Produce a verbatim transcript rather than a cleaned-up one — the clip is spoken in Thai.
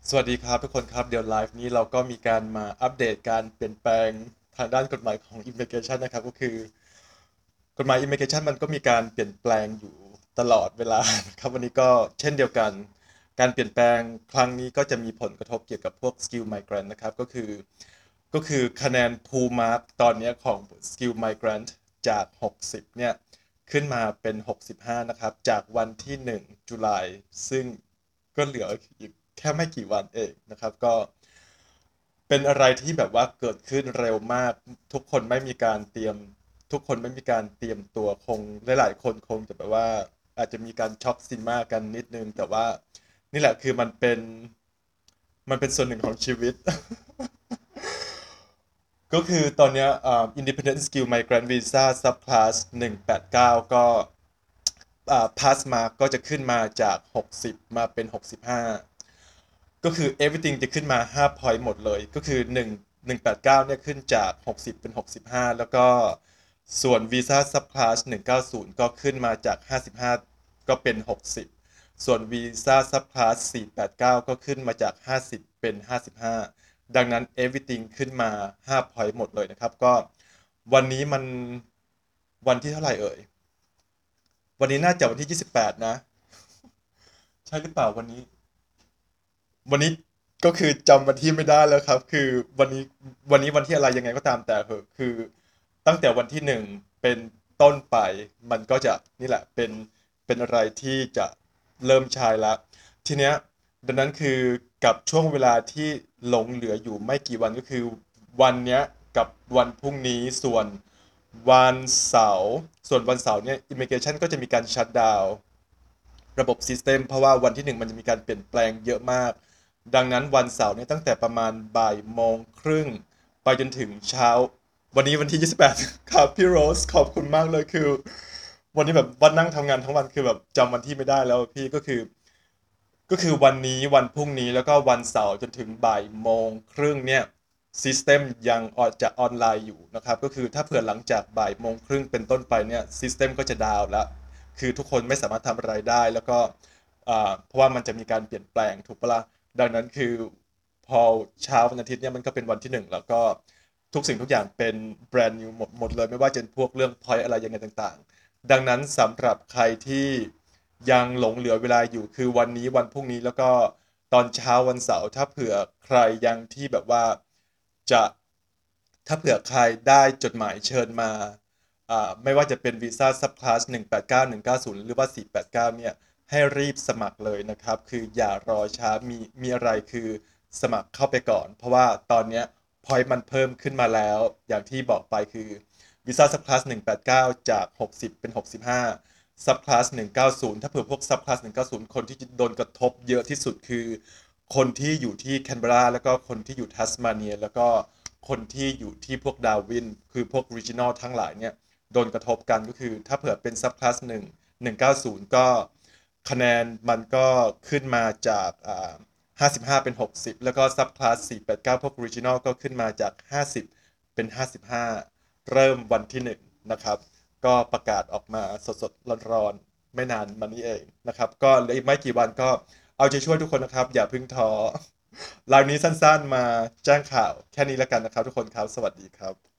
สวัสดีครับทุกคนครับเดี๋ยวไลฟ์นี้เราก็มีการมาอัปเดตการเปลี่ยนแปลงทางด้านกฎหมายของ Immigration นะครับก็คือกฎหมาย Immigration มันก็มีการเปลี่ยนแปลงอยู่ตลอดเวลานะครับวันนี้ก็เช่นเดียวกันการเปลี่ยนแปลงครั้งนี้ก็จะมีผลกระทบเกี่ยวกับพวก Skill Migrant นะครับก็คือก็คือคะแนน Pool Mark ตอนนี้ของ Skill Migrant จากหกสิบเนี่ยขึ้นมาเป็นหกสิบห้านะครับจากวันที่หนึ่งตุลาซึ่งก็เหลืออีกแค่ไม่กี่วันเองนะครับก็เป็นอะไรที่แบบว่าเกิดขึ้นเร็วมากทุกคนไม่มีการเตรียมทุกคนไม่มีการเตรียมตัวคงหลายๆคนคงจะแบบว่าอาจจะมีการช็อกซิมากันนิดนึงแต่ว่านี่แหละคือมันเป็นมันเป็นส่วนหนึ่งของชีวิต ก็คือตอนเนี้ยอ่า Independent Skill Migrant Visa Subclass หนึ่งแปดเก้าก็อ่า pass mark ก็จะขึ้นมาจากหกสิบมาเป็นหกสิบห้าก็คือ everything จะขึ้นมาห้า point หมดเลยก็คือ1 หนึ่งแปดเก้าเนี่ยขึ้นจากหกสิบเป็นหกสิบห้าแล้วก็ส่วน Visa Subclass หนึ่งเก้าศูนย์ก็ขึ้นมาจากห้าสิบห้าก็เป็นหกสิบส่วน Visa Subclass สี่แปดเก้าก็ขึ้นมาจากห้าสิบเป็นห้าสิบห้าดังนั้น everything ขึ้นมาห้า point หมดเลยนะครับก็วันนี้มันวันที่เท่าไหร่เอ่ยวันนี้น่าจะวันที่ยี่สิบแปดนะใช่หรือเปล่าวันนี้ วันนี้ก็คือจำวันที่ไม่ได้แล้วครับคือวันนี้วันนี้วันที่อะไรยังไงก็ตามแต่เหอะคือตั้งแต่วันที่หนึ่งเป็นต้นไปมันก็จะนี่แหละเป็นเป็นอะไรที่จะเริ่มใช้ละทีเนี้ยดังนั้นคือกับช่วงเวลาที่หลงเหลืออยู่ไม่กี่วันก็คือวันเนี้ยกับวันพรุ่งนี้ส่วนวันเสาร์ส่วนวันเสาร์เนี่ยอิมิเกชันก็จะมีการชัตดาวน์ ระบบซิสเต็มเพราะว่าวันที่หนึ่งมันจะมีการเปลี่ยนแปลงเยอะมากดังนั้นวันเสาร์เนี่ยตั้งแต่ประมาณบ่ายโมงครึ่งไปจนถึงเช้าวันนี้วันที่ยี่สิบแปดครับพี่โรสขอบคุณมากเลยคือวันนี้แบบวันนั่งทำงานทั้งวันคือแบบจำวันที่ไม่ได้แล้วพี่ก็คือก็คือวันนี้วันพรุ่งนี้แล้วก็วันเสาร์จนถึงบ่ายโมงครึ่งเนี่ยซิสเต็มยังออกจะออนไลน์อยู่นะครับก็คือถ้าเผื่อหลังจากบ่ายโมงครึ่งเป็นต้นไปเนี่ยซิสเต็มก็จะดาวน์แล้ว คือทุกคนไม่สามารถทำอะไรได้แล้วก็อ่าเพราะว่ามันจะมีการเปลี่ยนแปลงถูกปะล่ะดังนั้นคือพอเช้าวันอาทิตย์เนี่ยมันก็เป็นวันที่หนึ่งแล้วก็ทุกสิ่งทุกอย่างเป็นแบรนด์นิวหมดหมดเลยไม่ว่าจะเป็นพวกเรื่องพอยต์อะไรยังไงต่างๆดังนั้นสำหรับใครที่ยังหลงเหลือเวลาอยู่คือวันนี้วันพรุ่งนี้แล้วก็ตอนเช้าวันเสาร์ถ้าเผื่อใครยังที่แบบว่าจะถ้าเผื่อใครได้จดหมายเชิญมา อ่าไม่ว่าจะเป็นวีซ่าซับคลาสหนึ่งแปดเก้า หนึ่งเก้าศูนย์หรือว่าสี่แปดเก้าเนี่ยให้รีบสมัครเลยนะครับคืออย่ารอช้ามีมีอะไรคือสมัครเข้าไปก่อนเพราะว่าตอนเนี้ยพอยต์มันเพิ่มขึ้นมาแล้วอย่างที่บอกไปคือวีซ่าซับคลาสหนึ่งแปดเก้าจากหกสิบเป็นหกสิบห้าซับคลาสหนึ่งเก้าศูนย์ถ้าเผื่อพวกซับคลาสหนึ่งเก้าศูนย์คนที่โดนกระทบเยอะที่สุดคือคนที่อยู่ที่แคนเบราแล้วก็คนที่อยู่ทัสมาเนียแล้วก็คนที่อยู่ที่พวกดาร์วินคือพวกออริจินอลทั้งหลายเนี่ย โดนกระทบกันก็คือถ้าเผื่อเป็นซับคลาสหนึ่งหนึ่งเก้าศูนย์ก็คะแนนมันก็ขึ้นมาจากอ่าห้าสิบห้าเป็นหกสิบแล้วก็ซับคลาสสี่แปดเก้าพวกออริจินอลก็ขึ้นมาจากห้าสิบเป็นห้าสิบห้าเริ่มวันที่หนึ่งนะครับก็ประกาศออกมาสดๆร้อนๆไม่นานมานี้เองนะครับก็เหลืออีกไม่กี่วันก็เอาใจช่วยทุกคนนะครับอย่าเพึ่งท้อไลน์นี้สั้นๆมาแจ้งข่าวแค่นี้แล้วกันนะครับทุกคนครับสวัสดีครับ